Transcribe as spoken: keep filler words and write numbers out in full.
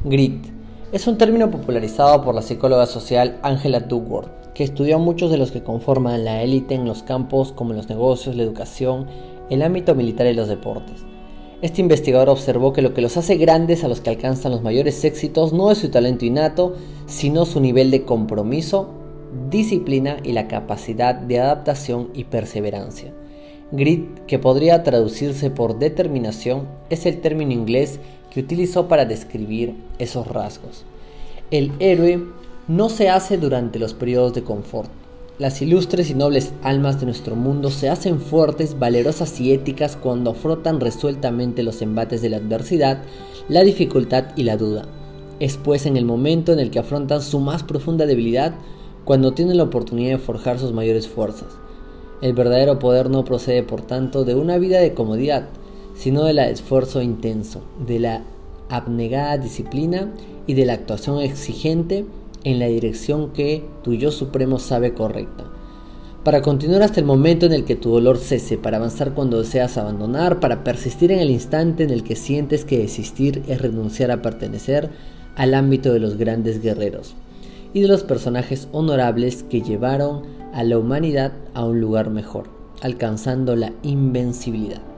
Grit es un término popularizado por la psicóloga social Angela Duckworth, que estudió a muchos de los que conforman la élite en los campos como los negocios, la educación, el ámbito militar y los deportes. Este investigador observó que lo que los hace grandes a los que alcanzan los mayores éxitos no es su talento innato, sino su nivel de compromiso, disciplina y la capacidad de adaptación y perseverancia. Grit, que podría traducirse por determinación, es el término inglés que utilizó para describir esos rasgos. El héroe no se hace durante los periodos de confort. Las ilustres y nobles almas de nuestro mundo se hacen fuertes, valerosas y éticas cuando afrontan resueltamente los embates de la adversidad, la dificultad y la duda. Es pues en el momento en el que afrontan su más profunda debilidad cuando tienen la oportunidad de forjar sus mayores fuerzas. El verdadero poder no procede, por tanto, de una vida de comodidad, sino del esfuerzo intenso, de la abnegada disciplina y de la actuación exigente en la dirección que tu yo supremo sabe correcta. Para continuar hasta el momento en el que tu dolor cese, para avanzar cuando deseas abandonar, para persistir en el instante en el que sientes que desistir es renunciar a pertenecer al ámbito de los grandes guerreros y de los personajes honorables que llevaron a la humanidad a un lugar mejor, alcanzando la invencibilidad.